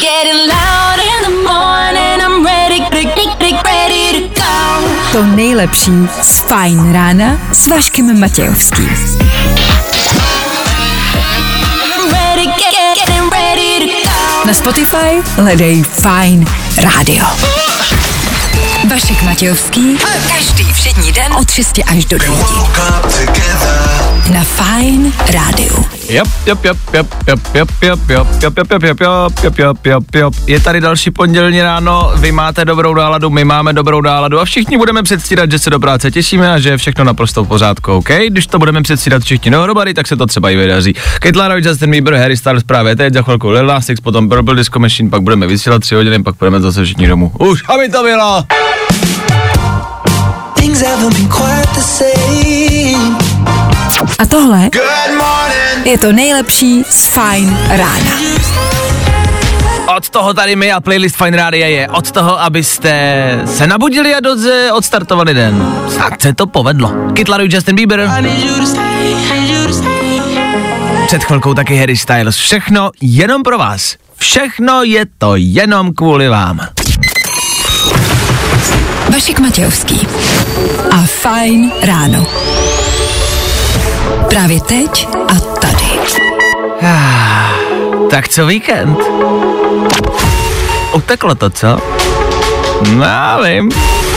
To nejlepší z Fajn rána s Vaškem Matějovským. Na Spotify hledej Fajn rádio. Vašek Matějovský. Každý všední den od 6 až do 9. Na Fajn rádiu. Je tady další pondělní ráno, vy máte dobrou náladu, my máme dobrou náladu a všichni budeme předstírat, že se do práce těšíme a že je všechno naprosto v pořádku, OK? Když to budeme předstírat všichni dohromady, tak se to třeba i vydaří. Kate Laroi, Justin Bieber, Harry Styles právě teď, za chvilku Lil Nas X, potom Purple Disco Machine, pak budeme vysílat 3 hodiny, pak půjdeme zase všichni domů. Už, aby to bylo! A tohle je to nejlepší z Fajn rána. Od toho tady my a playlist Fajn rádia je. Od toho, abyste se nabudili a odstartovali den. Snad se to povedlo. Kate Laroi, Justin Bieber. Před chvilkou taky Harry Styles. Všechno jenom pro vás. Všechno je to jenom kvůli vám. Vašek Matějovský a Fajn ráno. Právě teď a tady. Tak co víkend? Uteklo to, co? No, já vím.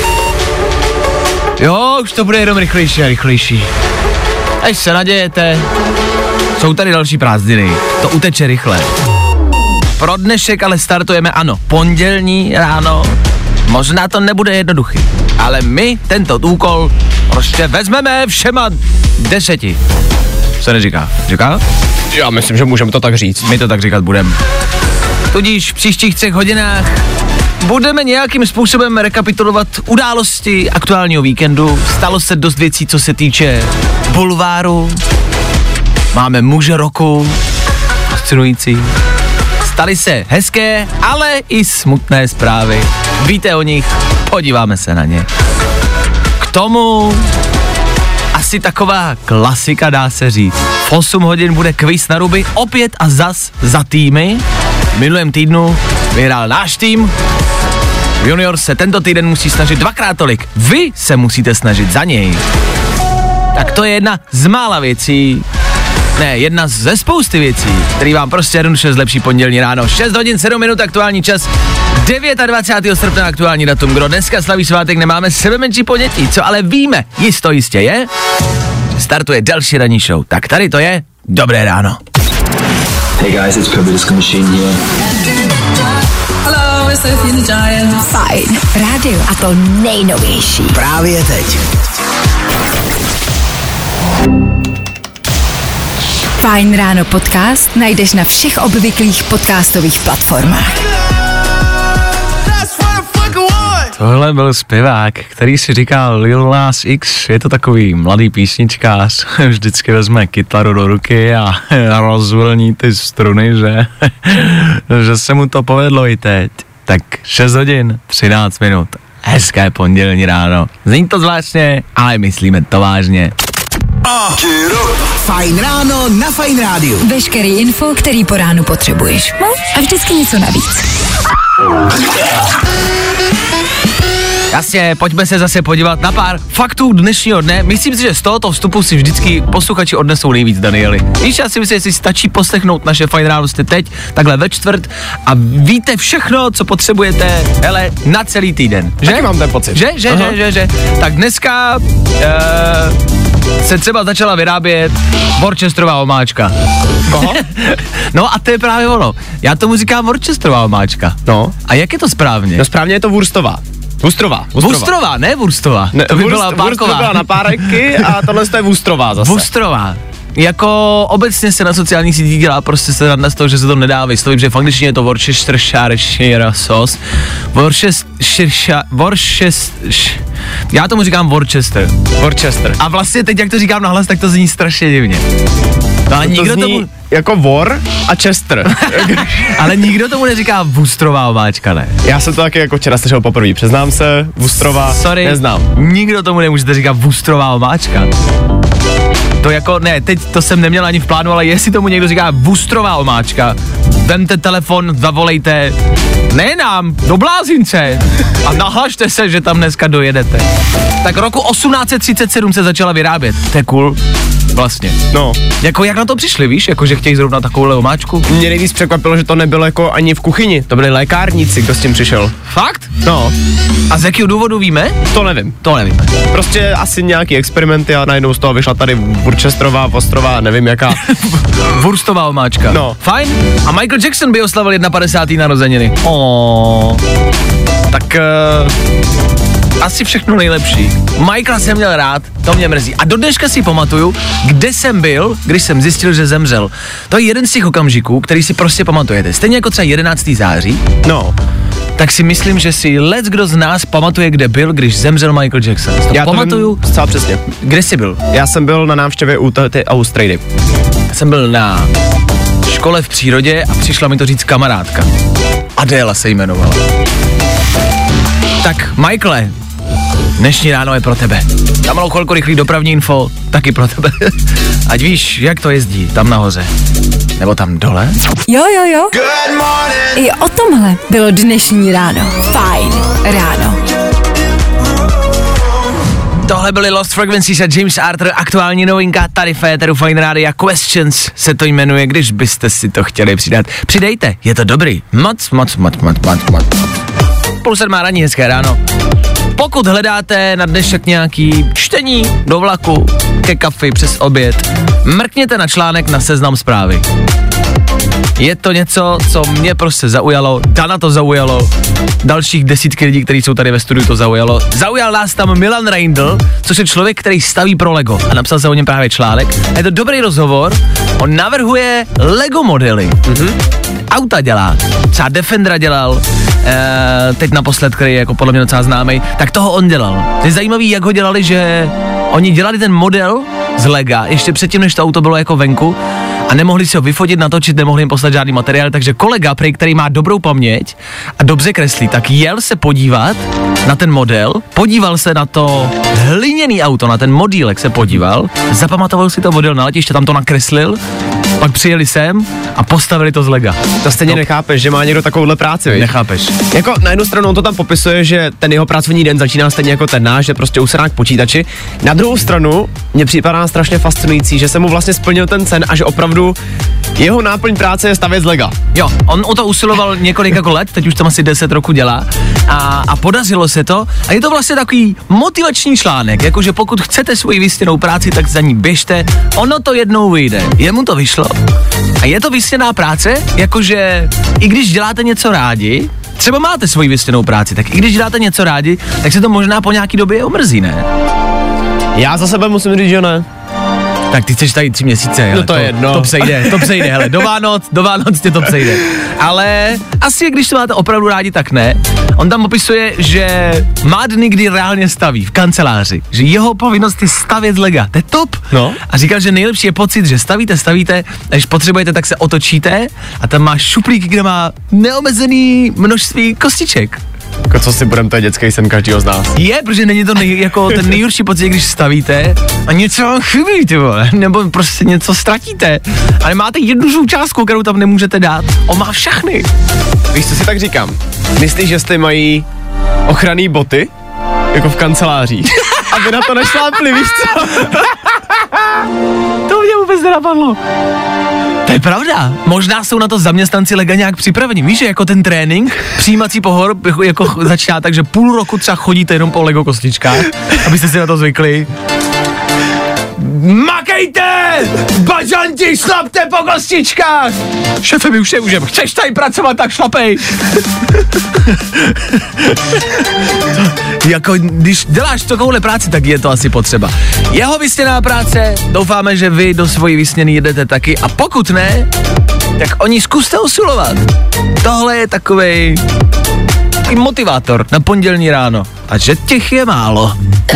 Jo, už to bude jenom rychlejší a rychlejší. Až se nadějete, jsou tady další prázdniny. To uteče rychle. Pro dnešek ale startujeme, ano, pondělní ráno. Možná to nebude jednoduchý, ale my tento úkol prostě vezmeme všema 10. Co neříká? Říká? Já myslím, že můžeme to tak říct. My to tak říkat budeme. Tudíž v příštích 3 hodinách budeme nějakým způsobem rekapitulovat události aktuálního víkendu. Stalo se dost věcí, co se týče bulváru. Máme muže roku, fascinující. Staly se hezké, ale i smutné zprávy. Víte o nich, podíváme se na ně. K tomu asi taková klasika, dá se říct. V 8 hodin bude kvíz na ruby, opět a zas za týmy. V minulém týdnu vyhrál náš tým. Junior se tento týden musí snažit 2krát tolik. Vy se musíte snažit za něj. Tak to je jedna z mála věcí, jedna ze spousty věcí, který vám prostě jednoduše zlepší pondělní ráno. 6 hodin 7 minut aktuální čas, 29. srpna aktuální datum. Kdo dneska slaví svátek, nemáme sebemenší ponětí, co ale víme, jistě je, že startuje další ranní show. Tak tady to je Dobré ráno. Hey guys, it's Purple Disco Machine here. Hello, it's Sophie the Giant. Fajn rádio a to nejnovější. Právě teď. Fajn ráno podcast najdeš na všech obvyklých podcastových platformách. Tohle byl zpěvák, který si říkal Lil Nas X, je to takový mladý písničkář, vždycky vezme kytaru do ruky a rozvlní ty struny, že se mu to povedlo i teď. Tak 6 hodin, 13 minut, hezké pondělní ráno. Zní to zvláštně, ale myslíme to vážně. Fajn ráno na Fajn rádiu. Veškerý info, který po ránu potřebuješ. No a vždycky něco navíc. Jasně, pojďme se zase podívat na pár faktů dnešního dne. Myslím si, že z tohoto vstupu si vždycky posluchači odnesou nejvíc, Danieli. Víš, já si myslím, že si stačí poslechnout naše Fajn ráno teď, takhle ve čtvrt a víte všechno, co potřebujete, hele, na celý týden. Že? Taky mám ten pocit. Že. Tak dneska se třeba začala vyrábět Worcesterová omáčka. Koho? No a to je právě ono. Já tomu říkám Worcesterová omáčka. No. A jak je to správně? No správně je to Wurstová. Wustrová, ne Wurstová. Ne, to by byla Wurstová párková. byla na párky a tohle je Wustrová zase. Wustrová. Jako obecně se na sociálních sítích dělá prostě se z toho, že se to nedá vyslovit, že v angličtině je to Worcestershire sauce. Já tomu říkám Worcester. A vlastně teď, jak to říkám nahlas, tak to zní strašně divně. No, ale nikdo tomu... jako War a Chester. Ale nikdo tomu neříká Wustrová omáčka, ne? Já jsem to taky jako včera slyšel poprvé, přiznám se, Wustrová, sorry, neznám. Nikdo tomu nemůžete říkat Wustrová omáčka. To jako, ne, teď to jsem neměl ani v plánu, ale jestli tomu někdo říká Wustrová omáčka, vemte telefon, zavolejte, ne nám, do Blázince a nahlašte se, že tam dneska dojedete. Tak roku 1837 se začala vyrábět, to je cool, vlastně. No. Jako jak na to přišli, víš, jako že chtějí zrovna takovouhle omáčku? Mě nejvíc překvapilo, že to nebylo jako ani v kuchyni, to byli lékárníci, kdo s tím přišel. Fakt? No. A z jakého důvodu víme? To nevím. To nevíme. Prostě asi nějaký experimenty a najednou z toho vyšla tady Worcesterová, ostrová, nevím jaká. Wurstová omáčka. No. Fajn. A Michael Jackson by oslavil 51. narozeniny. Tak asi všechno nejlepší. Michaela jsem měl rád, to mě mrzí. A do dneška si pamatuju, kde jsem byl, když jsem zjistil, že zemřel. To je jeden z těch okamžiků, který si prostě pamatujete. Stejně jako třeba 11. září. No. Tak si myslím, že si kdo z nás pamatuje, kde byl, když zemřel Michael Jackson. Já to pamatuju. vím zcela přesně. Kde jsi byl? Já jsem byl na návštěvě u té Austrady. Já jsem byl na škole v přírodě a přišla mi to říct kamarádka. Adéla se jmenovala. Tak, Michaele, dnešní ráno je pro tebe. Tam malou chvilku rychlý dopravní info, taky pro tebe. Ať víš, jak to jezdí tam nahoře. Nebo tam dole. Jo. I o tomhle bylo dnešní ráno. Fajn ráno. Tohle byly Lost Frequencies a James Arthur, aktuální novinka tady v éteru Fajn Rádia. Questions se to jmenuje, když byste si to chtěli přidat. Přidejte, je to dobrý. Moc. Půl 7 ranní, hezké ráno. Pokud hledáte na dnešek nějaký čtení do vlaku, ke kafi, přes oběd, mrkněte na článek na Seznam Zprávy. Je to něco, co mě prostě zaujalo, Dana to zaujalo, dalších desítky lidí, kteří jsou tady ve studiu, to zaujalo. Zaujal nás tam Milan Reindl, což je člověk, který staví pro Lego a napsal se o něm právě článek. A je to dobrý rozhovor, on navrhuje Lego modely. Auta dělá, třeba Defendera dělal, teď naposled, který je jako podle mě docela známej, tak toho on dělal. To je zajímavý, jak ho dělali, že oni dělali ten model z Lega, ještě předtím, než to auto bylo jako venku, a nemohli si ho vyfotit, natočit, nemohli jim poslat žádný materiál, takže kolega, který má dobrou paměť a dobře kreslí, tak jel se podívat na ten model, podíval se na to hliněný auto, na ten modílek se podíval, zapamatoval si to model na letiště, tam to nakreslil, pak přijeli sem a postavili to z Lega. To stejně nechápeš, že má někdo takovouhle práci, viď? Nechápeš. Jako na jednu stranu on to tam popisuje, že ten jeho pracovní den začíná stejně jako ten náš, že prostě usedá k počítači. Na druhou stranu mě připadá strašně fascinující, že se mu vlastně splnil ten sen a že opravdu jeho náplň práce je stavět z Lega. Jo, on o to usiloval několik jako let, teď už tam asi 10 roku dělá a podařilo se to a je to vlastně takový motivační článek, jakože pokud chcete svoji vysněnou práci, tak za ní běžte, ono to jednou vyjde. Jemu to vyšlo a je to vysněná práce, jakože i když děláte něco rádi, třeba máte svoji vysněnou práci, tak i když děláte něco rádi, tak se to možná po nějaký době omrzí, ne? Já za sebe musím říct, že ne. Tak ty chceš tady 3 měsíce, hele, no to je jedno. To přejde, hele, do Vánoc tě to přejde. Ale asi když to máte opravdu rádi, tak ne. On tam popisuje, že má dny, kdy reálně staví v kanceláři, že jeho povinnost je stavět z Lega, to je top. No. A říkal, že nejlepší je pocit, že stavíte, a když potřebujete, tak se otočíte a tam má šuplík, kde má neomezený množství kostiček. Jako co si budem, to je dětský sen každýho z nás. Je, protože není to jako ten nejhorší pocit, když stavíte a něco vám chybí, ty vole, nebo prostě něco ztratíte, ale máte jednu součástku, kterou tam nemůžete dát. On má všechny. Víš, co si tak říkám? Myslíš, že jste mají ochranný boty? Jako v kancelářích. Aby na to nešlápli, víš co? To mě vůbec nenapadlo. To je pravda. Možná jsou na to zaměstnanci Lega nějak připraveni. Víš, že jako ten trénink, přijímací pohor jako začíná tak, že půl roku třeba chodíte jenom po Lego kostičkách, abyste si na to zvykli. Makejte! Bažanti, šlapte po kostičkách! Šefe, my už nemůžeme. Chceš tady pracovat, tak šlapej! Jako, když děláš takovouhle práci, tak je to asi potřeba. Jeho vysněná práce, doufáme, že vy do svojí vysněný jedete taky a pokud ne, tak oni zkuste usilovat. Tohle je takovej motivátor na pondělní ráno. A že těch je málo.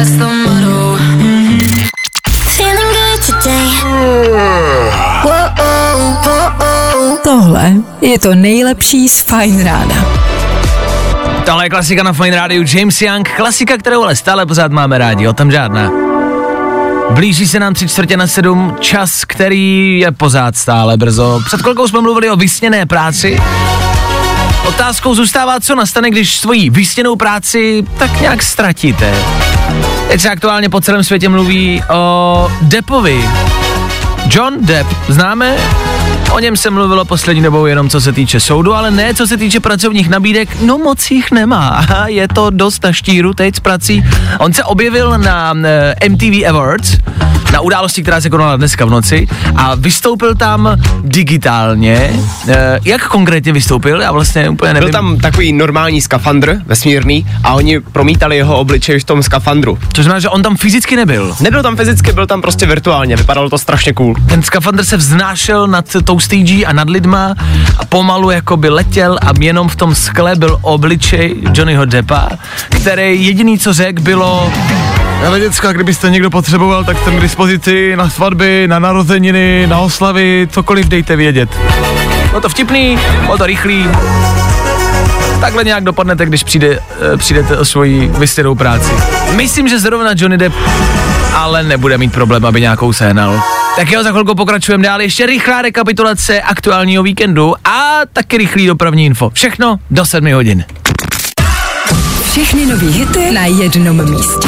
Tohle je to nejlepší z Fajn rána. Tohle je klasika na Fajn rádiu, James Young, klasika, kterou ale stále pořád máme rádi, o tom žádná. Blíží se nám 6:45, čas, který je pořád stále brzo. Před chvilkou jsme mluvili o vysněné práci. Otázkou zůstává, co nastane, když svoji vysněnou práci tak nějak ztratíte. Teď se aktuálně po celém světě mluví o Deppovi. John Depp, známe? O něm se mluvilo poslední dobou jenom co se týče soudu, ale ne co se týče pracovních nabídek, no moc jich nemá. Je to dost na štíru teď s prací. On se objevil na MTV Awards, na události, která se konala dneska v noci a vystoupil tam digitálně. Jak konkrétně vystoupil? Já vlastně úplně nevím. Byl tam takový normální skafandr, vesmírný, a oni promítali jeho obličej v tom skafandru. Což znamená, že on tam fyzicky nebyl. Nebyl tam fyzicky, byl tam prostě virtuálně, vypadalo to strašně cool. Ten skafandr se vznášel nad tou stagí a nad lidma a pomalu jakoby letěl a jenom v tom skle byl obličej Johnnyho Deppa, který jediný co řekl bylo: Ale děcka, kdybyste někdo potřeboval, tak jsem k dispozici na svatby, na narozeniny, na oslavy, cokoliv dejte vědět. Bylo to vtipný, bylo to rychlý. Takhle nějak dopadnete, když přijdete o svoji vysněnou práci. Myslím, že zrovna Johnny Depp ale nebude mít problém, aby nějakou sehnal. Tak jo, za chvilku pokračujeme dál. Ještě rychlá rekapitulace aktuálního víkendu a taky rychlý dopravní info. Všechno do 7 hodin. Všechny nový hity na jednom místě.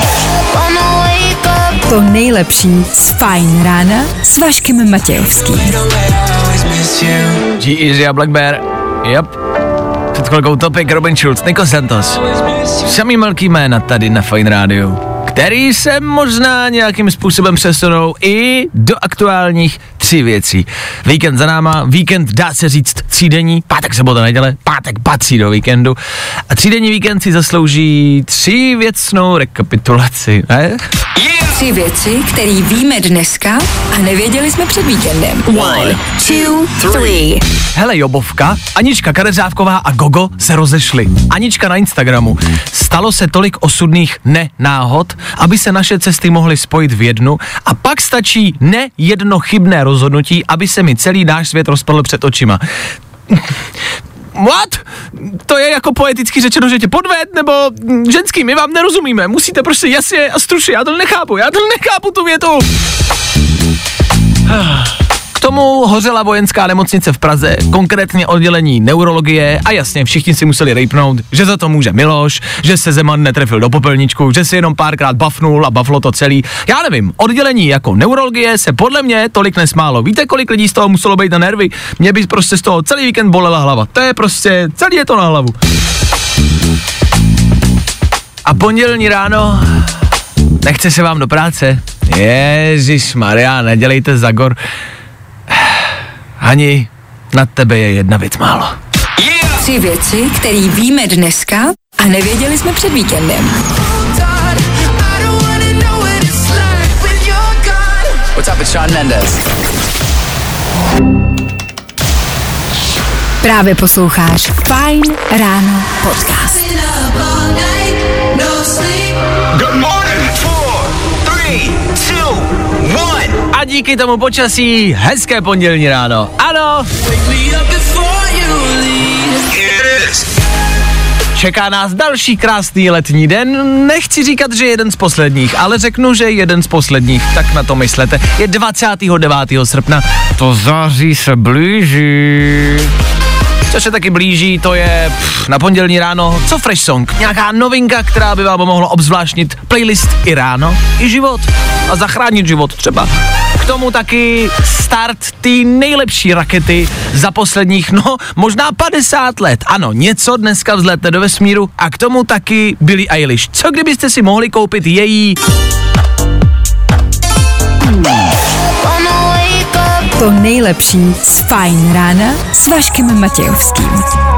To nejlepší z Fajn rána s Vaškem Matějovským. G-Eazy a Black Bear. Yep. Před chvilkou Topik, Robin Schulz, Nico Santos. Samý velký jména tady na Fajn rádiu, který se možná nějakým způsobem přesunou i do aktuálních 3 věcí. Víkend za náma, víkend dá se říct třídenní, pátek, sobota, neděle, pátek patří do víkendu a třídenní víkend si zaslouží 3 věcnou rekapitulaci, ne? 3 věci, které víme dneska a nevěděli jsme před víkendem. 1, 2, 3. Hele Jobovka, Anička Kadeřávková a Gogo se rozešly. Anička na Instagramu. Stalo se tolik osudných nenáhod, aby se naše cesty mohly spojit v jednu a pak stačí jedno chybné rozhodnutí, aby se mi celý náš svět rozpadl před očima. What? To je jako poeticky řečeno, že tě podved, nebo ženský, my vám nerozumíme, musíte prostě jasně a stručně, já to nechápu tu větu. K tomu hořela vojenská nemocnice v Praze, konkrétně oddělení neurologie a jasně všichni si museli rejpnout, že za to může Miloš, že se Zeman netrefil do popelničku, že si jenom párkrát bafnul a baflo to celý. Já nevím, oddělení jako neurologie se podle mě tolik nesmálo. Víte, kolik lidí z toho muselo být na nervy? Mě by prostě z toho celý víkend bolela hlava. To je prostě, celý je to na hlavu. A pondělní ráno, nechce se vám do práce? Ježišmarja, nedělejte zagor. Hani, na tebe je jedna věc málo. 3 věci, které víme dneska a nevěděli jsme před víkendem. What's up, it's Shawn Mendes. Právě posloucháš Fajn ráno podcast. Good morning. 4, 3, 2, 1. A díky tomu počasí hezké pondělní ráno. Ano. Čeká nás další krásný letní den. Nechci říkat, že jeden z posledních, ale řeknu, že jeden z posledních. Tak na to myslete. Je 29. srpna. To září se blíží. Co se taky blíží, to je na pondělní ráno, co Fresh Song, nějaká novinka, která by vám mohla obzvláštnit playlist i ráno, i život a zachránit život třeba. K tomu taky start ty nejlepší rakety za posledních, možná 50 let. Ano, něco dneska vzletne do vesmíru a k tomu taky Billie Eilish. Co kdybyste si mohli koupit její... To nejlepší z Fajn rána s Vaškem Matějovským.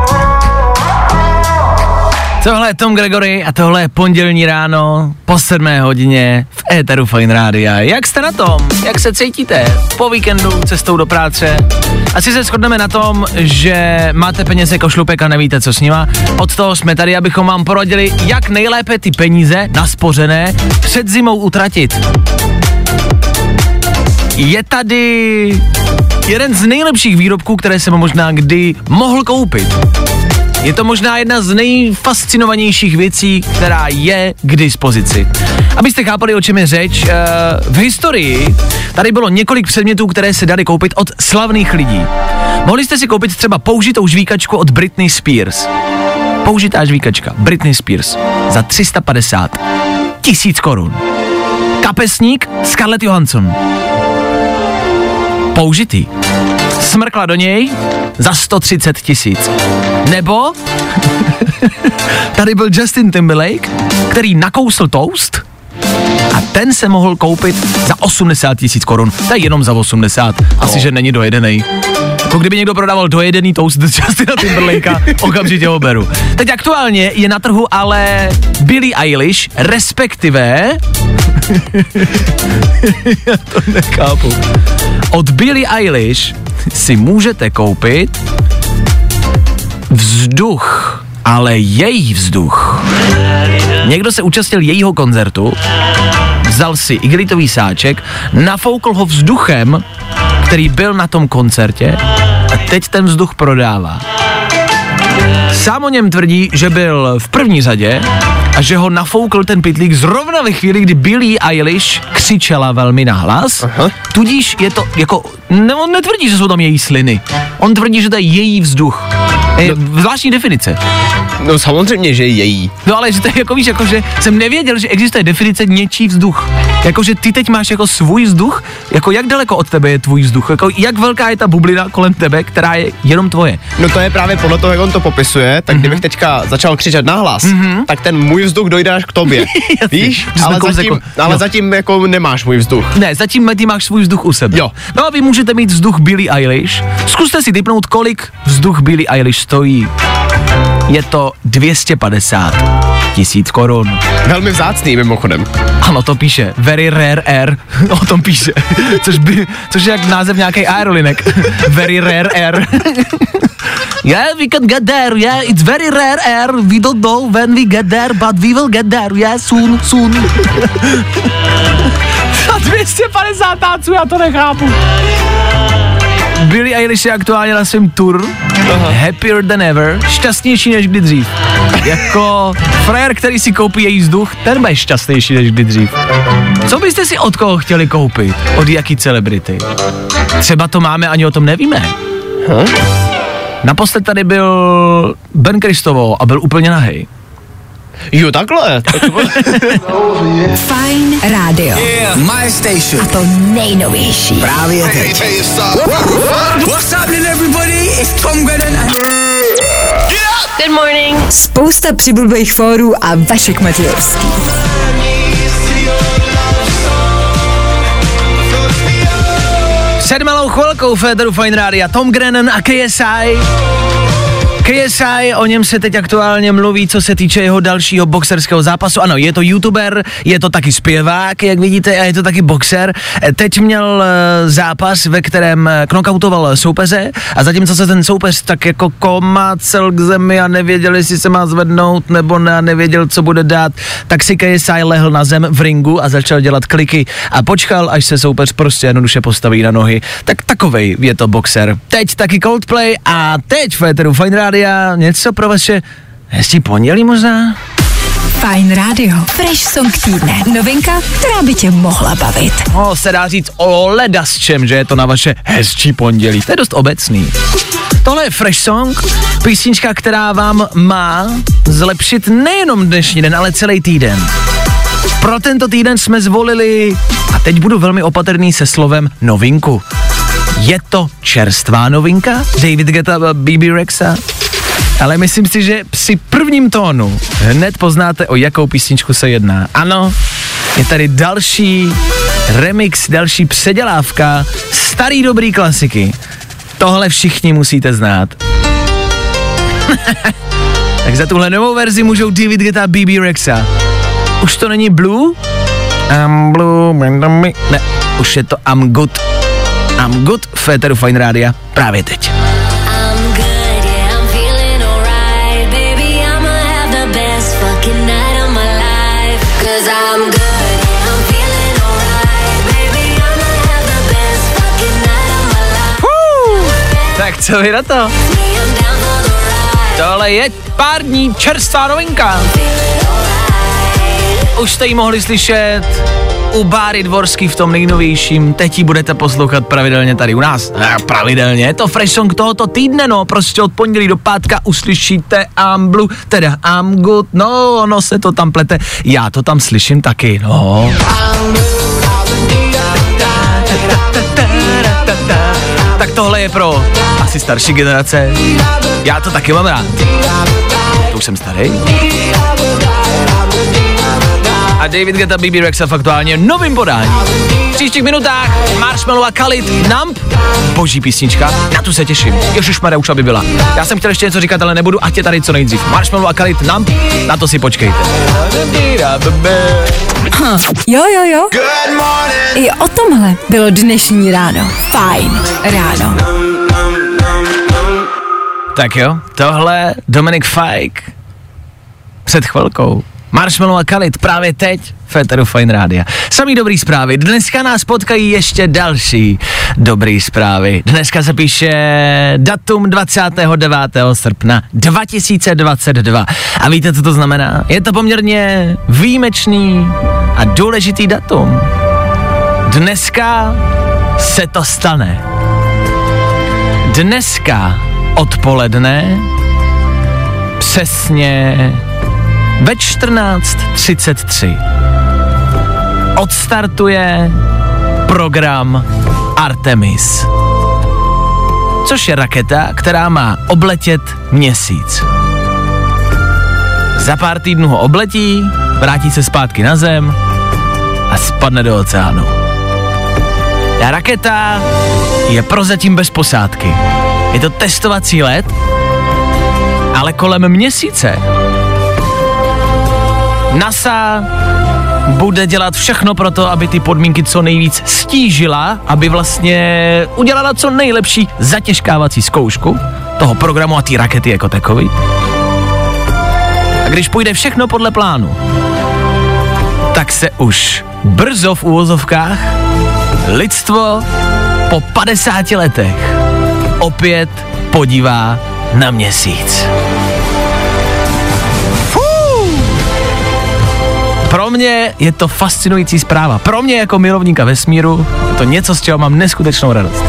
Tohle je Tom Gregory a tohle je pondělní ráno po 7 hodině v éteru Fajn rádia. Jak jste na tom? Jak se cítíte po víkendu cestou do práce? Asi se shodneme na tom, že máte peníze jako šlupek a nevíte, co s nima. Od toho jsme tady, abychom vám poradili, jak nejlépe ty peníze naspořené před zimou utratit. Je tady jeden z nejlepších výrobků, které jsem možná kdy mohl koupit. Je to možná jedna z nejfascinovanějších věcí, která je k dispozici. Abyste chápali, o čem je řeč, v historii tady bylo několik předmětů, které se daly koupit od slavných lidí. Mohli jste si koupit třeba použitou žvíkačku od Britney Spears. Použitá žvíkačka Britney Spears za 350 000 korun. Kapesník Scarlett Johansson. Použitý. Smrkla do něj za 130 000. Nebo tady byl Justin Timberlake, který nakousl toast a ten se mohl koupit za 80 000 korun. To je jenom za 80. Asi, že není dojedenej. Jako kdyby někdo prodával dojedený toast z Justina Timberlakea, okamžitě ho beru. Teď aktuálně je na trhu ale Billie Eilish, respektive já to nechápu. Od Billie Eilish si můžete koupit vzduch, ale její vzduch. Někdo se účastnil jejího koncertu, vzal si igelitový sáček, nafoukl ho vzduchem, který byl na tom koncertě a teď ten vzduch prodává. Sám o něm tvrdí, že byl v první řadě a že ho nafoukl ten pytlík zrovna ve chvíli, kdy Billie Eilish křičela velmi nahlas. Aha. Tudíž je to jako, on netvrdí, že jsou tam její sliny. On tvrdí, že to je její vzduch. Zvláštní definice. No samozřejmě, že její. No ale že to je jako víš, jako že jsem nevěděl, že existuje definice něčí vzduch. Jakože ty teď máš jako svůj vzduch, jako jak daleko od tebe je tvůj vzduch, jako jak velká je ta bublina kolem tebe, která je jenom tvoje. No to je právě podle toho, jak on to popisuje, tak kdybych teďka začal křičet nahlas, tak ten můj vzduch dojde až k tobě. Víš? Ale zatím jako nemáš můj vzduch. Ne, zatím ty máš svůj vzduch u sebe. Jo. No a vy můžete mít vzduch Billie Eilish. Zkuste si tipnout, kolik vzduch Billie Eilish stojí. Je to 250 000 korun. Velmi vzácný mimochodem. Ano, to píše. Very rare air. O tom píše. Což je jak název nějaký aerolinek. Very rare air. Yeah, we can get there. Yeah, it's very rare air. We don't know when we get there, but we will get there. Yeah, soon. Za 250 táců, já to nechápu. Billie Eilish je aktuálně na svém tour. Happier than ever. Šťastnější než kdy dřív. Jako frajer, který si koupí její vzduch, ten bude šťastnější než kdy dřív. Co byste si od koho chtěli koupit? Od jaký celebrity? Třeba to máme, ani o tom nevíme. Naposled tady byl Ben Kristovo a byl úplně nahej. Jo, takhle. Fajn rádio. Yeah, my station. A to nejnovější. Právě teď. What's happening everybody? It's Tom Grennan and... Good morning. Spousta přibulbých fórů a Vašek Matějovský. Před malou chvilkou Féteru Fajn Rádia Tom Grennan a KSI. KSI, o něm se teď aktuálně mluví, co se týče jeho dalšího boxerského zápasu. Ano, je to youtuber, je to taky zpěvák, jak vidíte, a je to taky boxer. Teď měl zápas, ve kterém knockoutoval soupeře a zatímco se ten soupeř tak jako komácel k zemi a nevěděl, jestli se má zvednout nebo ne, nevěděl, co bude dát, tak si KSI lehl na zem v ringu a začal dělat kliky a počkal, až se soupeř prostě jednoduše postaví na nohy. Tak takovej je to boxer. Teď taky Coldplay a teď Féteru Fajn Rádia něco pro vaše hezčí pondělí možná? Fajn rádio. Fresh song týdne. Novinka, která by tě mohla bavit. No, se dá říct o ledasčem, že je to na vaše hezčí pondělí. To je dost obecný. Tohle je Fresh Song, písnička, která vám má zlepšit nejenom dnešní den, ale celý týden. Pro tento týden jsme zvolili, a teď budu velmi opatrný se slovem novinku. Je to čerstvá novinka? David Guetta a BB Rexa? Ale myslím si, že při prvním tónu hned poznáte, o jakou písničku se jedná. Ano, je tady další remix, další předělávka starý dobrý klasiky. Tohle všichni musíte znát. Tak za tuhle novou verzi můžou David Guetta a BB Rexa. Už to není Blue? I'm blue, ne, už je to I'm good. I'm good, Féteru Fajn Rádia, právě teď. Tak co vy na to? Tohle tohle je pár dní čerstvá novinka. Už jste ji mohli slyšet u Báry Dvorský v tom nejnovějším, teď ji budete poslouchat pravidelně tady u nás. Pravidelně, je to fresh song tohoto týdne, no, prostě od pondělí do pátka uslyšíte I'm blue, teda I'm good, no, ono se to tam plete, já to tam slyším taky, no. Tak tohle je pro asi starší generace, já to taky mám rád. To už jsem starý. A David Guetta, BB Rexa v aktuálně novým podání. V příštích minutách Marshmello a Khalid, Numb, boží písnička, na tu se těším. Ježišmarja, už aby byla. Já jsem chtěl ještě něco říkat, ale nebudu, ať je tady co nejdřív. Marshmello a Khalid, Numb, na to si počkejte. Jo. I o tomhle bylo dnešní ráno. Fajn ráno. Tak jo, tohle Dominik Fike před chvilkou. Marshmello a Khalid právě teď v éteru Fajn rádia. Samý dobrý zprávy. Dneska nás potkají ještě další dobrý zprávy. Dneska se píše datum 29. srpna 2022. A víte, co to znamená? Je to poměrně výjimečný a důležitý datum. Dneska se to stane. Dneska odpoledne přesně ve 14:33 odstartuje program Artemis, což je raketa, která má obletět Měsíc. Za pár týdnů ho obletí, vrátí se zpátky na Zem a spadne do oceánu. Ta raketa je prozatím bez posádky. Je to testovací let, ale kolem Měsíce. NASA bude dělat všechno pro to, aby ty podmínky co nejvíc stížila, aby vlastně udělala co nejlepší zatěžkávací zkoušku toho programu a té rakety jako takový. A když půjde všechno podle plánu, tak se už brzo v uvozovkách lidstvo po 50 letech opět podívá na Měsíc. Pro mě je to fascinující zpráva. Pro mě jako milovníka vesmíru je to něco, z čeho mám neskutečnou radost.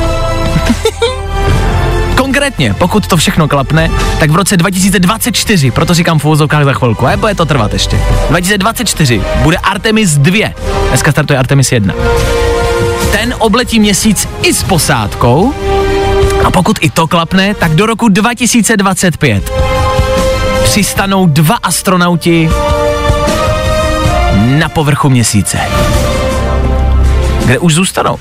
Konkrétně, pokud to všechno klapne, tak v roce 2024, proto říkám v uvozovkách za chvilku, a bude to trvat ještě. 2024 bude Artemis 2. Dneska startuje Artemis 1. Ten obletí Měsíc i s posádkou a pokud i to klapne, tak do roku 2025 přistanou 2 astronauti na povrchu Měsíce, kde už zůstanou.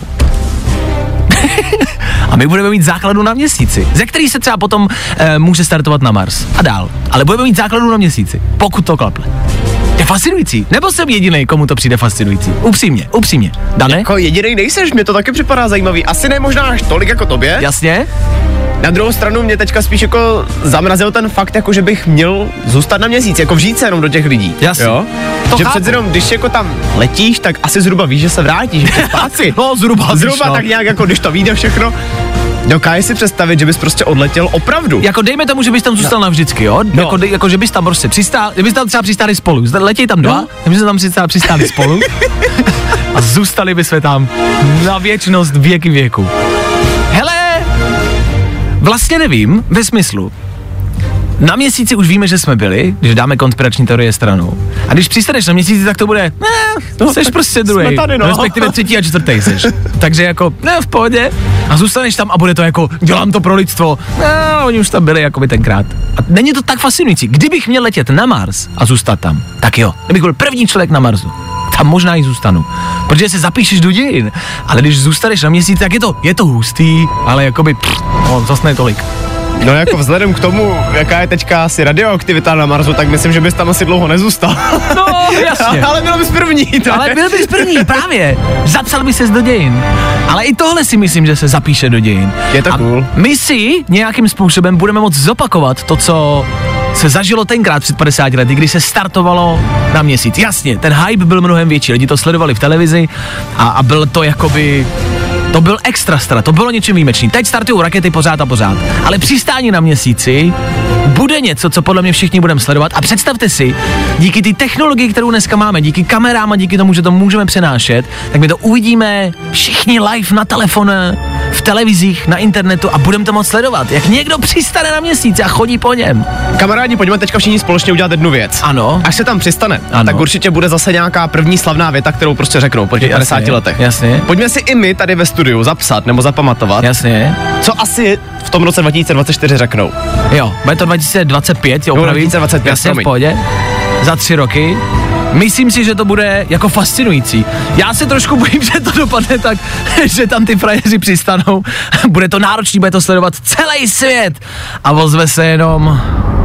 A my budeme mít základu na Měsíci, ze který se třeba potom může startovat na Mars a dál. Ale budeme mít základu na Měsíci, pokud to klapne. To je fascinující. Nebo jsem jedinej, komu to přijde fascinující? Upřímně. Dane? Jako jedinej nejseš, mě to taky připadá zajímavý. Asi ne možná až tolik jako tobě. Jasně? Na druhou stranu mě teďka spíš jako zamrazil ten fakt, jako že bych měl zůstat na Měsíc, jako vžít se jenom do těch lidí. Jasně. Jo? To že chápu. přece jenom, když jako tam letíš, tak asi zhruba víš, že se vrátíš, že zpátky. No, zhruba tak nějak jako, když to vyjde všechno. Dokážeš si představit, že bys prostě odletěl opravdu. Jako dejme tomu, že bys tam zůstal navždycky, jo? No. Jako že bys tam prostě přistál, kdybys tam třeba přistáli spolu. Letěj tam 2, kdyby se tam přistáli spolu a zůstali bychom tam na věčnost věky věku. Hele, vlastně nevím, ve smyslu. Na Měsíci už víme, že jsme byli, když dáme konspirační teorie stranou. A když přistaneš na Měsíci, tak to bude, seš prostě druhý, respektive 3. a 4. seš. Takže jako, v pohodě. A zůstaneš tam a bude to jako, dělám to pro lidstvo. Oni už tam byli jako by tenkrát. A není to tak fascinující. Kdybych měl letět na Mars a zůstat tam, tak jo. Kdybych byl první člověk na Marsu, tam možná i zůstanu. Protože se zapíšeš do dějin. Ale když zůstaneš na Měsíci, tak je to hustý, ale jakoby, zase ne tolik. No jako vzhledem k tomu, jaká je teďka asi radioaktivita na Marsu, tak myslím, že bys tam asi dlouho nezůstal. No, jasně. Ale byl bys první. Ale byl bys první, právě. Zapsal by ses do dějin. Ale i tohle si myslím, že se zapíše do dějin. Je to cool. My si nějakým způsobem budeme moct zopakovat to, co se zažilo tenkrát před 50 lety, kdy se startovalo na Měsíc. Jasně, ten hype byl mnohem větší, lidi to sledovali v televizi a byl to jakoby... To byl extra, to bylo něčím výjimečný. Teď startují rakety pořád a pořád. Ale přistání na Měsíci bude něco, co podle mě všichni budeme sledovat. A představte si, díky té technologii, kterou dneska máme, díky kamerám a díky tomu, že to můžeme přenášet, tak my to uvidíme všichni live na telefonu, v televizích, na internetu a budeme to moct sledovat, jak někdo přistane na měsíc a chodí po něm. Kamarádi, pojďme teďka všichni společně udělat jednu věc. Ano. Až se tam přistane, ano, tak určitě bude zase nějaká první slavná věta, kterou prostě řeknou po těch 50 letech. Jasně. Pojďme si i my tady ve studiu zapsat nebo zapamatovat. Jasně. Co asi v tom roce 2024 řeknou. Jo, bude to 2025, jo, 2025, jasně, v pohodě. Za 3 roky. Myslím si, že to bude jako fascinující. Já se trošku bojím, že to dopadne tak, že tam ty frajeři přistanou. Bude to náročný, bude to sledovat celý svět. A ozve se jenom...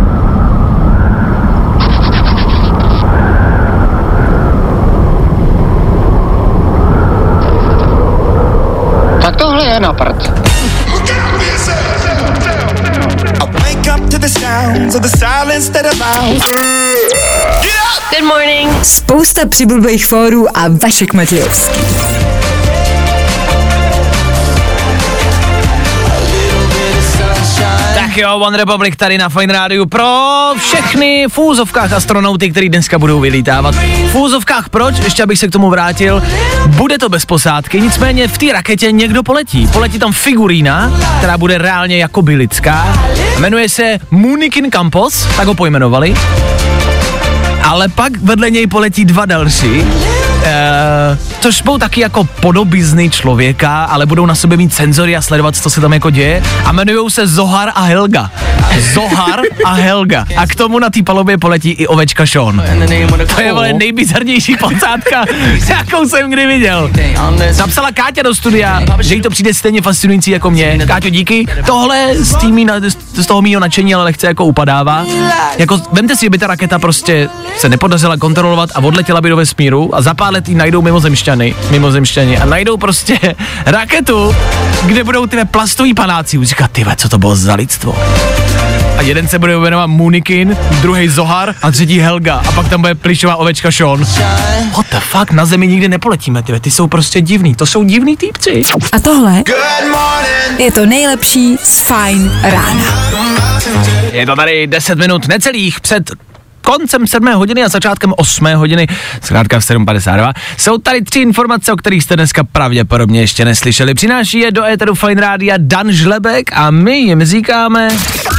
Tak tohle je na prd. Good morning. Spousta přibulbých fórů a Vašek Matějovský. Tak jo, One Republic tady na Fine Rádiu pro všechny v úzovkách astronauty, který dneska budou vylítávat. V úzovkách proč? Ještě abych se k tomu vrátil. Bude to bez posádky, nicméně v té raketě někdo poletí. Poletí tam figurína, která bude reálně jakoby lidská. Jmenuje se Munikin Campos, tak ho pojmenovali. Ale pak vedle něj poletí 2 další, což budou taky jako podobizny člověka, ale budou na sobě mít senzory a sledovat, co se tam jako děje. A jmenujou se Zohar a Helga. Zohar a Helga. A k tomu na té palubě poletí i ovečka Sean. To je vole nejbizarnější posádka, jakou jsem kdy viděl. Napsala Káťa do studia, že jí to přijde stejně fascinující jako mě. Káťo, díky. Tohle z toho mýho nadšení ale lehce jako upadává. Jako vemte si, že by ta raketa prostě se nepodařila kontrolovat a odletěla by do vesmíru a za pár let jí najdou mimozemšťani a najdou prostě raketu, kde budou ty plastový panáci. Říká, tyve, co to bylo za lidstvo? A jeden se bude jmenovat Munikin, druhý Zohar a třetí Helga a pak tam bude plyšová ovečka Sean. What the fuck, na Zemi nikdy nepoletíme, ty jsou prostě divný, to jsou divný týpci. A tohle je to nejlepší z Fajn rána. Je to tady 10 minut necelých před koncem 7 hodiny a začátkem 8 hodiny, zkrátka v 7:52. Jsou tady 3 informace, o kterých jste dneska pravděpodobně ještě neslyšeli. Přináší je do éteru Fajn Rádia Dan Žlebek a my jim říkáme...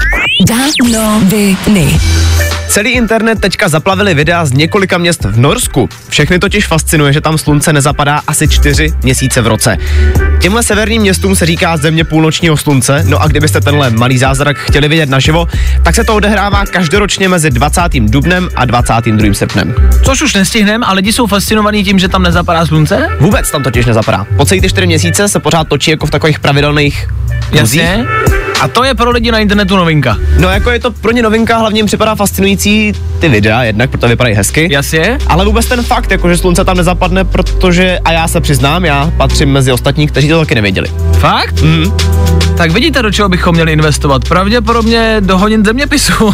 Danoviny. Celý internet teďka zaplavili videa z několika měst v Norsku. Všechny totiž fascinuje, že tam slunce nezapadá asi 4 měsíce v roce. Těmhle severním městům se říká země půlnočního slunce, no a kdybyste tenhle malý zázrak chtěli vidět naživo, tak se to odehrává každoročně mezi 20. dubnem a 22. srpnem. Což už nestihneme, ale lidi jsou fascinovaní tím, že tam nezapadá slunce? Vůbec tam totiž nezapadá. Po celý ty 4 měsíce se pořád točí jako v takových pravidelných kruzích. Jasně. A to je pro lidi na internetu novinka. No jako je to pro ně novinka, hlavně jim připadá fascinující ty videa, jednak proto vypadají hezky. Jasně. Ale vůbec ten fakt, jako že slunce tam nezapadne, protože, a já se přiznám, já patřím mezi ostatní, kteří to taky nevěděli. Fakt? Tak vidíte, do čeho bychom měli investovat? Pravděpodobně do hodin zeměpisu.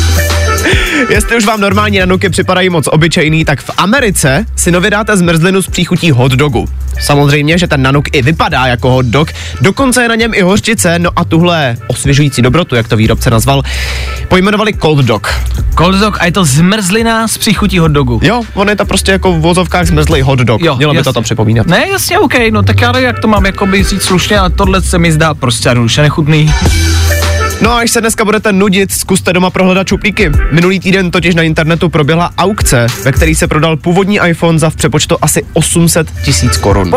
Jestli už vám normální nanuky připadají moc obyčejný, tak v Americe si nově dáte zmrzlinu s příchutí hot dogu. Samozřejmě, že ten nanuk i vypadá jako hot dog, dokonce je na něm i hořčice, no a tuhle osvěžující dobrotu, jak to výrobce nazval, pojmenovali cold dog. Cold dog a je to zmrzlina s příchutí hot dogu. Jo, on je to prostě jako v vozovkách zmrzlý hot dog. Jo, mělo by to připomínat. Ne, jasně, OK, no tak já jak to mám jakoby říct slušně, ale tohle se mi zdá prostě jednoduše nechutný. No a až se dneska budete nudit, zkuste doma prohledat čuplíky. Minulý týden totiž na internetu proběhla aukce, ve který se prodal původní iPhone za v přepočtu asi 800 000 korun.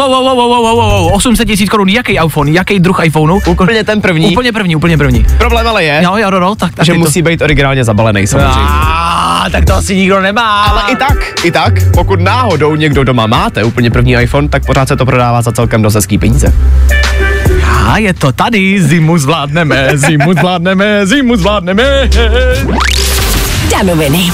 800 000 korun, jaký iPhone, jaký druh iPhoneu? Úplně ten první. Úplně první. Problém ale je, Jo, tak že musí být originálně zabalený samozřejmě. Tak to asi nikdo nemá. Ale i tak, pokud náhodou někdo doma máte úplně první iPhone, tak pořád se to prodává za celkem dost hezký peníze. A je to tady, zimu zvládneme. Danoviny.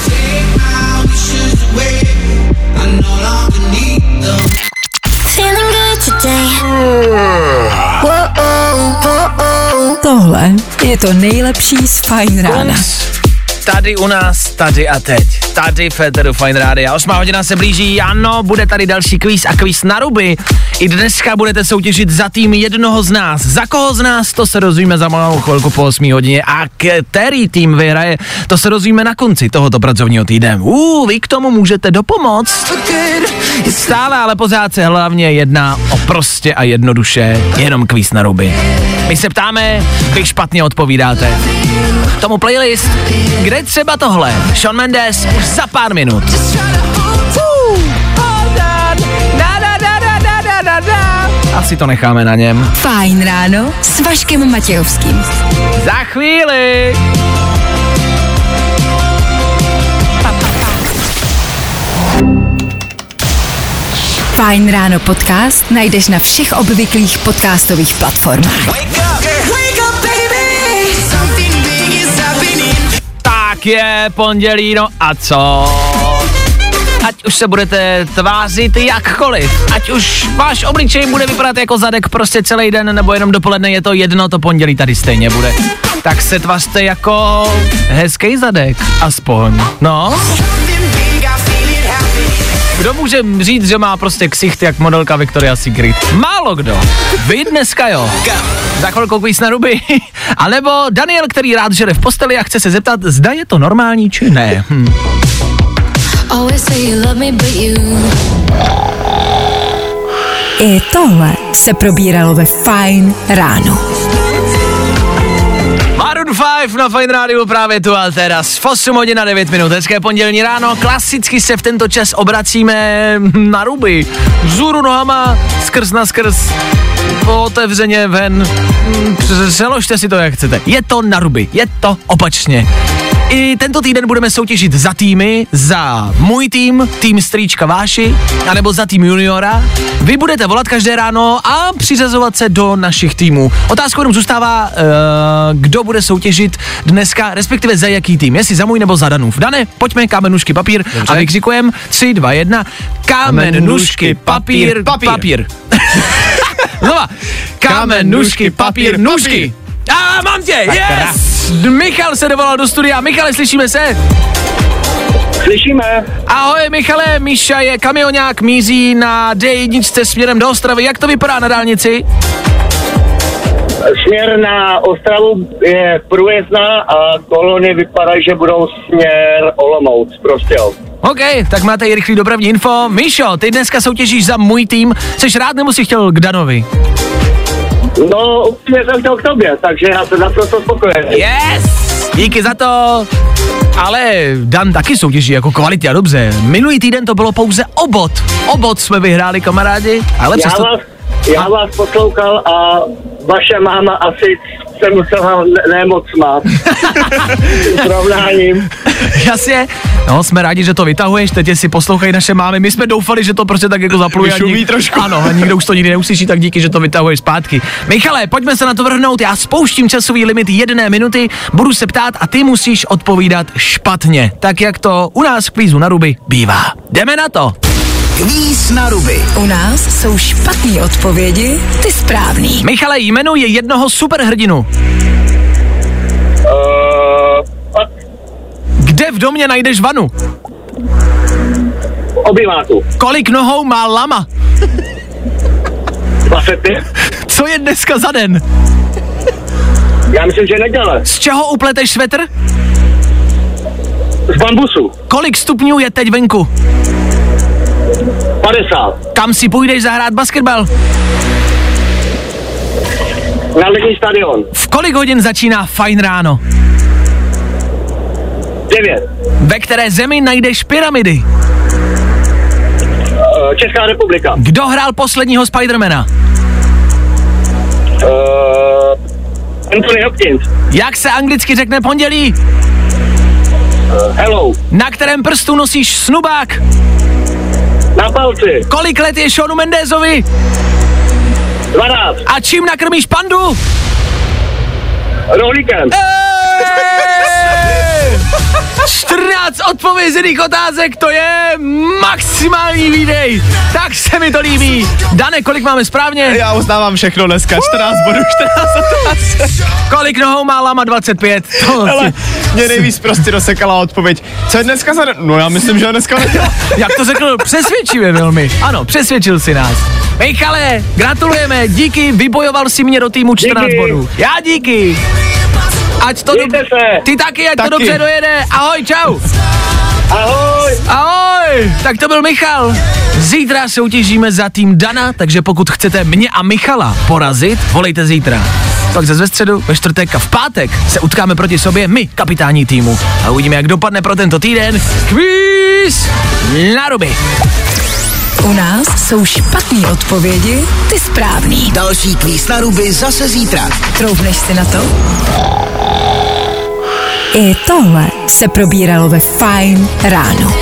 Tohle je to nejlepší z Fajn rána. Tady u nás, tady a teď. Tady v éteru Fajn Rádia. 8 hodina se blíží, ano, bude tady další kvíz a kvíz na ruby. I dneska budete soutěžit za tým jednoho z nás. Za koho z nás, to se dozvíme za malou chvilku po 8 hodině. A který tým vyhraje, to se dozvíme na konci tohoto pracovního týdne. Vy k tomu můžete dopomoct. Stále ale pořád se hlavně jedná o prostě a jednoduše jenom kvíz na ruby. My se ptáme, vy špatně odpovídáte. Tomu playlist, kde třeba tohle? Shawn Mendes už za pár minut. Asi to necháme na něm. Fajn ráno s Vaškem Matějovským. Za chvíli. Fajn ráno podcast najdeš na všech obvyklých podcastových platformách. Tak je pondělí, no a co? Ať už se budete tvářit jakkoliv, ať už váš obličej bude vypadat jako zadek prostě celý den, nebo jenom dopoledne, je to jedno, to pondělí tady stejně bude. Tak se tvařte jako hezký zadek, aspoň, no. Kdo může říct, že má prostě ksicht jak modelka Victoria's Secret? Málo kdo. Vy dneska jo. Za chvilku kvíz na ruby. A nebo Daniel, který rád žere v posteli a chce se zeptat, zda je to normální, či ne. I tohle se probíralo ve Fajn ráno. Maroon 5 na Fajn rádiu právě tu a teraz v 8 hodin a 9 minut. Hezké pondělní ráno, klasicky se v tento čas obracíme na ruby. Vzhůru nohama, skrz na skrz, otevřeně ven, přeložte si to jak chcete. Je to na ruby, je to opačně. I tento týden budeme soutěžit za týmy, za můj tým strýčka Váši, anebo za tým juniora. Vy budete volat každé ráno a přiřazovat se do našich týmů. Otázkou jenom zůstává, kdo bude soutěžit dneska, respektive za jaký tým, jestli za můj nebo za Danův. Dane, pojďme, kámen, nůžky, papír. Dobře. A vykřikujeme 3, 2, 1, kámen, nůžky, papír. Znova, kámen, nůžky, papír, nůžky. A mám tě, yes! Michal se dovolal do studia. Michale, slyšíme se? Slyšíme. Ahoj Michale, Míša je kamionák, míří na D1 směrem do Ostravy. Jak to vypadá na dálnici? Směr na Ostravu je průjezdná a kolony vypadají, že budou směr Olomouc, prostě jo. OK, tak máte i rychlý dopravní info. Míšo, ty dneska soutěžíš za můj tým. Jseš rád nebo jsi chtěl k Danovi? No, úplně jsem chtěl k tobě, takže já jsem naprosto spokojený. Yes! Díky za to. Ale Dan taky soutěží jako kvalitě a dobře. Minulý týden to bylo pouze obod. Obod jsme vyhráli, kamarádi. Ale přesto... Já vás poslouchal a vaše máma asi se musela nemoc smát. Srovnáním. Jasně. No, jsme rádi, že to vytahuješ, teď si poslouchají naše mámy. My jsme doufali, že to prostě tak jako zapluje. Vyšumí trošku. Ano, a nikdo už to nikdy neuslyší, tak díky, že to vytahuješ zpátky. Michale, pojďme se na to vrhnout. Já spouštím časový limit 1 minuty, budu se ptát a ty musíš odpovídat špatně. Tak jak to u nás v kvízu na ruby bývá. Jdeme na to. Kvíz na ruby. U nás jsou špatné odpovědi, ty správný. Michale, jmenuji jednoho superhrdinu. Kde v domě najdeš vanu? Obyváku. Kolik nohou má lama? 25. Co je dneska za den? Já myslím, že neděle. Z čeho upleteš svetr? Z bambusu. Kolik stupňů je teď venku? 50. Kam si půjdeš zahrát basketbal? Na lední stadion. V kolik hodin začíná Fajn ráno? 9. Ve které zemi najdeš pyramidy? Česká republika. Kdo hrál posledního Spidermana? Anthony Hopkins. Jak se anglicky řekne pondělí? Hello. Na kterém prstu nosíš snubák? Na palci. Kolik let je Shawn Mendesovi? 12. A čím nakrmíš pandu? Rohlíkem. 14 odpovězených otázek, to je maximální výdej. Tak se mi to líbí. Dane, kolik máme správně? Já uznávám všechno dneska, 14 bodů, 14 otázek. Kolik nohou má lama 25? Ale mě nejvíc prostě dosekala odpověď. Co je dneska za... No já myslím, že ho dneska nedělá. Jak to řekl? Přesvědčivě velmi. Ano, přesvědčil si nás. Michale, gratulujeme, díky, vybojoval si mě do týmu 14 Díky. bodů. Já díky. Ať to Mějte se. Ty taky, ať Taky. to dobře dojede. Ahoj, čau. Ahoj. Ahoj, tak to byl Michal. Zítra soutěžíme za tým Dana, takže pokud chcete mě a Michala porazit, volejte zítra. Pak zase ve středu, ve čtvrtek a v pátek se utkáme proti sobě my, kapitáni týmu. A uvidíme, jak dopadne pro tento týden kvíz na ruby. U nás jsou špatný odpovědi, ty správný. Další kvíz na ruby zase zítra. Troufneš si na to? I tohle se probíralo ve Fajn ráno.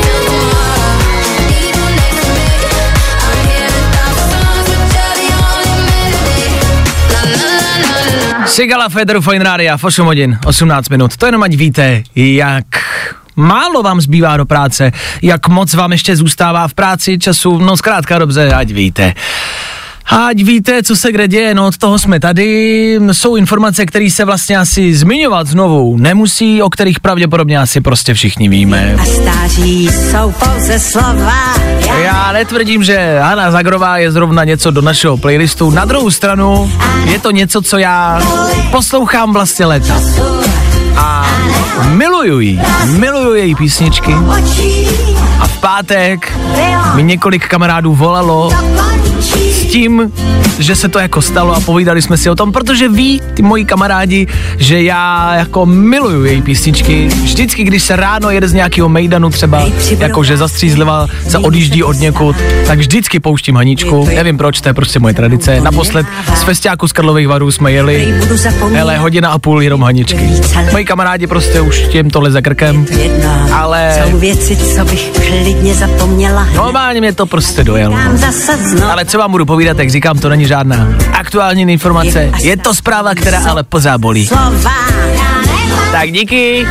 Sigala Federu Fajn Rádia v 8 hodin, 18 minut. To jenom ať víte, jak málo vám zbývá do práce, jak moc vám ještě zůstává v práci času, no zkrátka dobře, ať víte. Ať víte, co se kde děje, no od toho jsme tady, jsou informace, které se vlastně asi zmiňovat znovu nemusí, o kterých pravděpodobně asi prostě všichni víme. A stáří jsou pouze slova. Já netvrdím, že Hana Zagrová je zrovna něco do našeho playlistu, na druhou stranu je to něco, co já poslouchám vlastně léta. A miluju její písničky. A v pátek mi několik kamarádů volalo s tím, že se to jako stalo a povídali jsme si o tom, protože ví, ty moji kamarádi, že já jako miluju její písničky. Vždycky, když se ráno jede z nějakého mejdanu třeba, jakože zastřízliva se odjíždí od někud, tak vždycky pouštím Haničku. Nevím proč, to je prostě moje tradice. Naposled z festiáku z Karlových Varů jsme jeli, hele, 1,5 hodiny jenom Haničky. Moji kamarádi prostě už tím tohle za krkem, ale Jsou věci, co bych klidně zapomněla. normálně mě to prostě dojelo. Tam zase znovu. Ale co vám budu povídat, jak říkám, to není žádná aktuální informace. Je to zpráva, která ale pořád bolí. Slova. Tak díky.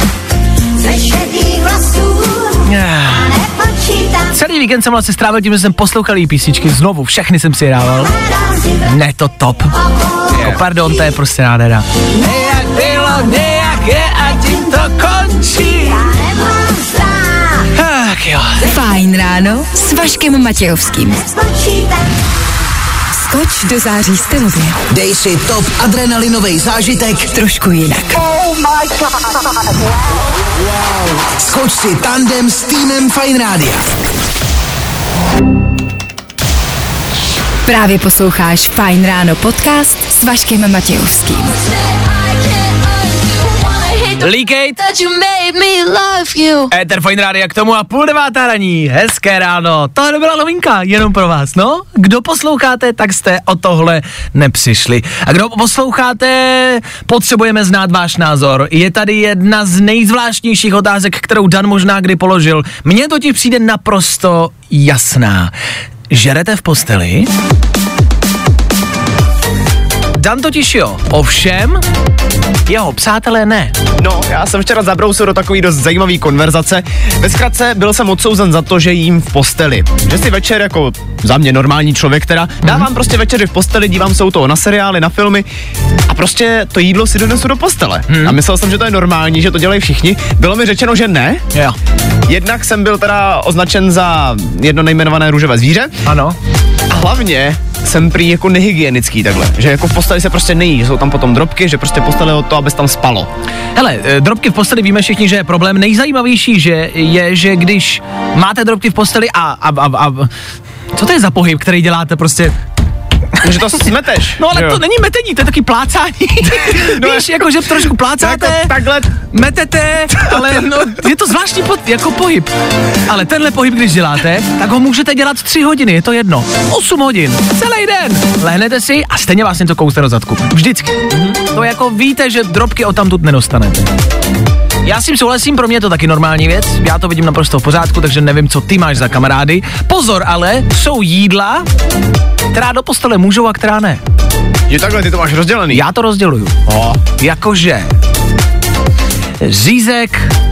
Celý víkend jsem vlastně strávil tím, že jsem poslouchal jí písničky znovu, všechny jsem si je dával. Ne, to top. Jako, pardon, to je prostě nádhera. Nejak bylo, nejak je a tím to končí. Tak jo. Fajn ráno s Vaškem Matějovským. Skoč do září s Temově. Dej si top adrenalinový zážitek. Trošku jinak. Skoč si tandem s týmem Fajn Rádia. Právě posloucháš Fajn ráno podcast s Vaškem Matějovským. Líkejt. Éter Fajn Rádia k tomu a 8:30 raní. Hezké ráno. Tohle byla novinka, jenom pro vás, no. Kdo posloucháte, tak jste o tohle nepřišli. A kdo posloucháte, potřebujeme znát váš názor. Je tady jedna z nejzvláštnějších otázek, kterou Dan možná kdy položil. Mně totiž přijde naprosto jasná. Žerete v posteli? Dan totiž jo, ovšem jeho přátelé ne. No, já jsem včera zabrousil do takový dost zajímavý konverzace. Ve zkratce byl jsem odsouzen za to, že jím v posteli. Že si večer jako za mě normální člověk teda dávám prostě večeři v posteli, dívám se u toho na seriály, na filmy a prostě to jídlo si donesu do postele. A myslel jsem, že to je normální, že to dělají všichni. Bylo mi řečeno, že ne. Jo. Jednak jsem byl teda označen za jedno nejmenované růžové zvíře. Ano. A hlavně jsem prý jako nehygienický takhle, že jako v posteli se prostě nejí, že jsou tam potom drobky, že prostě postele o to, abys tam spalo. Hele, drobky v posteli víme všichni, že je problém. Nejzajímavější je, že když máte drobky v posteli a co to je za pohyb, který děláte prostě? Že to smeteš. No ale jo. to není metení, to je taky plácání. No, víš, jako že trošku plácáte, jako takhle metete, ale no, je to zvláštní jako pohyb. Ale tenhle pohyb, když děláte, tak ho můžete dělat 3 hodiny, je to jedno. 8 hodin, celý den. Lehnete si a stejně vás něco kousne do zadku. Vždycky. To jako víte, že drobky odtamtud nedostanete. Já s tím souhlasím, pro mě je to taky normální věc, já to vidím naprosto v pořádku, takže nevím, co ty máš za kamarády. Pozor ale, jsou jídla, která do postele můžou a která ne. Že takhle ty to máš rozdělený. Já to rozděluju. Jakože řízek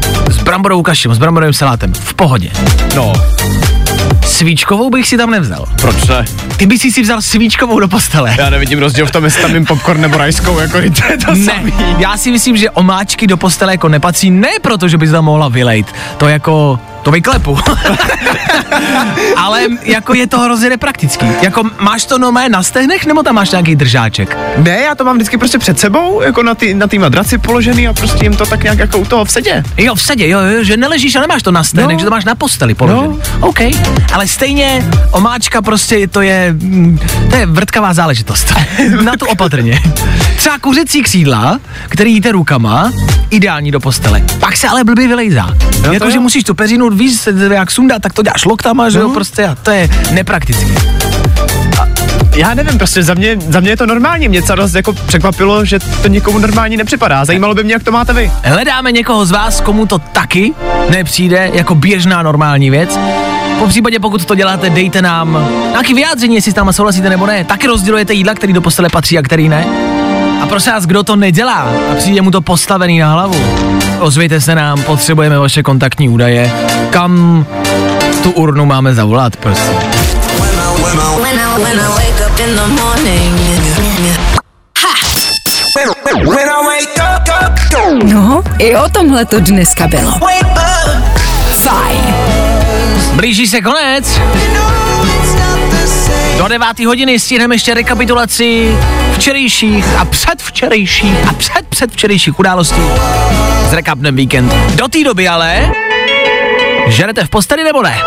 s bramborovou kaší, s bramborovým salátem, v pohodě. No. Svíčkovou bych si tam nevzal. Proč ne? Ty bys si vzal svíčkovou do postele. Já nevidím rozdíl v tom, jestli tam mým popcorn nebo rajskou, jako to je to samý. Já si myslím, že omáčky do postele jako nepatří, ne proto, že bys tam mohla vylejt, to vyklepu. Ale jako je to hrozně nepraktický. Jako máš to normálně na stehnech, nebo tam máš nějaký držáček? Ne, já to mám vždycky prostě před sebou, jako na té madraci položený a prostě jim to tak nějak jako u toho v sedě. Jo, v sedě, jo, že neležíš a nemáš to na stehnech, že to máš na posteli položený. No. OK, ale stejně omáčka prostě to je vrtkavá záležitost. Na to opatrně. Třeba kuřecí křídla, který jíte rukama, ideální do postele. Pak se ale blbě vylejzá. Jakože musíš tu peřinu, víš, jak sundat, tak to děláš loktama, že jo, prostě a to je nepraktické. Já nevím, prostě za mě je to normální, mě docela dost jako překvapilo, že to někomu normální nepřipadá. Zajímalo by mě, jak to máte vy. Hledáme někoho z vás, komu to taky nepřijde jako běžná normální věc. Po případě, pokud to děláte, dejte nám nějaký vyjádření, jestli s náma souhlasíte nebo ne. Taky rozdělujete jídla, který do postele patří a který ne. A prosím vás, kdo to nedělá a přijde mu to postavený na hlavu, ozvějte se nám, potřebujeme vaše kontaktní údaje. Kam tu urnu máme zavolat, prosím. No, i o tomhle to dneska bylo. Fajn. Blíží se konec. Do 9. hodiny stihneme ještě rekapitulaci včerejších a předvčerejších událostí s rekapnem víkend. Do té doby ale žerete v posteli nebo ne?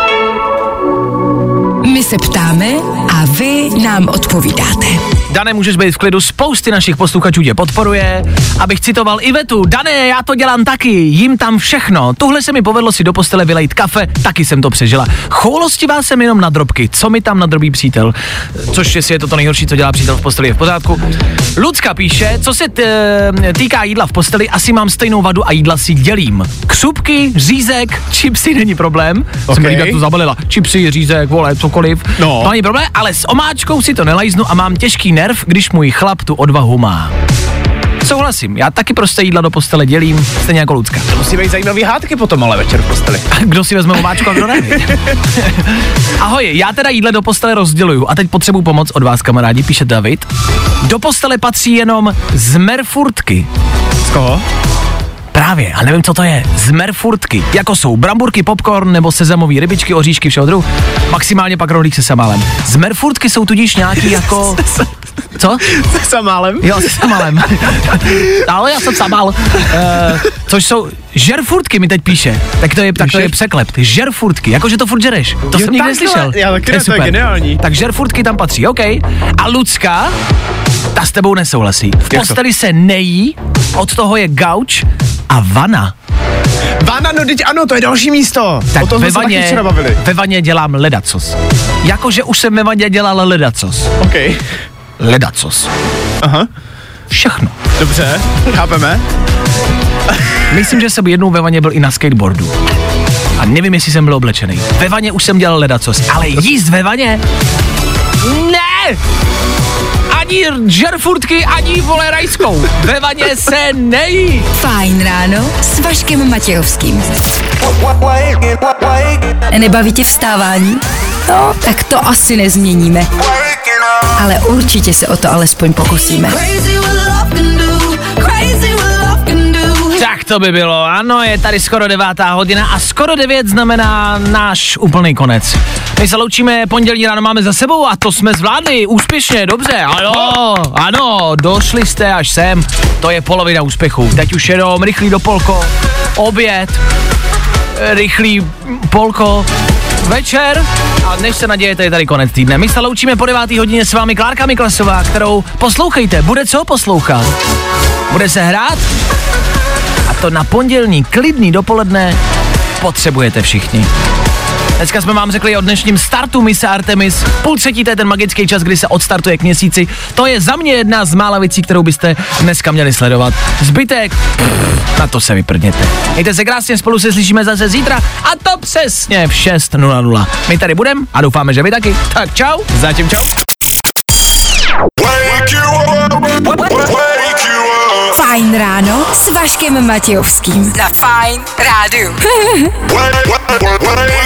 My se ptáme a vy nám odpovídáte. Dane, můžeš být v klidu, spousty našich posluchačů tě podporuje. Abych citoval Ivetu, Dane, já to dělám taky, jim tam všechno. Tuhle se mi povedlo si do postele vylejt kafe, taky jsem to přežila. Choulostivá jsem jenom na drobky, co mi tam nadrobí přítel. Což jestli je to nejhorší, co dělá přítel v posteli, je v pořádku. Lucka píše, co se týká jídla v posteli, asi mám stejnou vadu a jídla si dělím. Křupky, řízek, čipsy není problém. Jsem jak to zabalila. Čipsy, řízek, vole, cokoliv. No. To není problém, ale s omáčkou si to nelajznu a mám těžký nerv, když můj chlap tu odvahu má. Souhlasím, já taky prostě jídla do postele dělím, stejně jako Lucka. To musí být zajímavý hádky potom ale večer v posteli. Kdo si vezme omáčku a kdo ne? Ahoj, já teda jídla do postele rozděluju a teď potřebuji pomoc od vás, kamarádi, píše David. Do postele patří jenom zmerfurtky. Z koho? Právě, ale nevím, co to je. Zmerfurtky, jako jsou bramburky, popcorn nebo sezamový rybičky, oříšky, všeho druhu. Maximálně pak rohlík se samálem. Zmerfurtky jsou tudíž nějaký jako... Co? Se samálem? Jo, se samálem. Ale já jsem samál. Což jsou žerfurtky, mi teď píše. Tak to je překlep. Žerfurtky, jakože to furt žereš. To jsem nikdy neslyšel. Já taky ne, to je geniální. Tak žerfurtky tam patří, OK. A Lucka, ta s tebou nesouhlasí. V posteli se nejí, od toho je gauč a vana. Vana, no teď ano, to je další místo. Tak o tom jsme se taky včera bavili. Ve vaně dělám ledacos. Jakože už jsem ve vaně dělal ledacos. OK. Ledacos. Aha. Všechno. Dobře, chápeme. Myslím, že jsem jednou ve vaně byl i na skateboardu. A nevím, jestli jsem byl oblečený. Ve vaně už jsem dělal ledacos, ale jíst ve vaně? Ne! Ani žerfurtky, ani vole rajskou. Ve vaně se nejí. Fajn ráno s Vaškem Matějovským. Nebaví tě vstávání? No, tak to asi nezměníme. Ale určitě se o to alespoň pokusíme. Tak to by bylo, ano, je tady skoro 9. hodina a skoro 9 znamená náš úplný konec. My se loučíme, pondělí ráno máme za sebou a to jsme zvládli úspěšně, dobře, ano, došli jste až sem, to je polovina úspěchu. Teď už jenom rychlý do polko, oběd, rychlý polko, večer a než se nadějete, je tady konec týdne. My se loučíme po 9. hodině s vámi Klárka Miklasová, kterou poslouchejte, bude co poslouchat, bude se hrát a to na pondělní klidný dopoledne potřebujete všichni. Dneska jsme vám řekli o dnešním startu mise Artemis. 2:30, to je ten magický čas, kdy se odstartuje k měsíci. To je za mě jedna z mála věcí, kterou byste dneska měli sledovat. Zbytek, na to se vyprdněte. Mějte se krásně, spolu se slyšíme zase zítra a to přesně v 6:00. My tady budeme a doufáme, že vy taky. Tak čau. Zatím čau. Fajn ráno s Vaškem Matějovským na Fajn rádiu.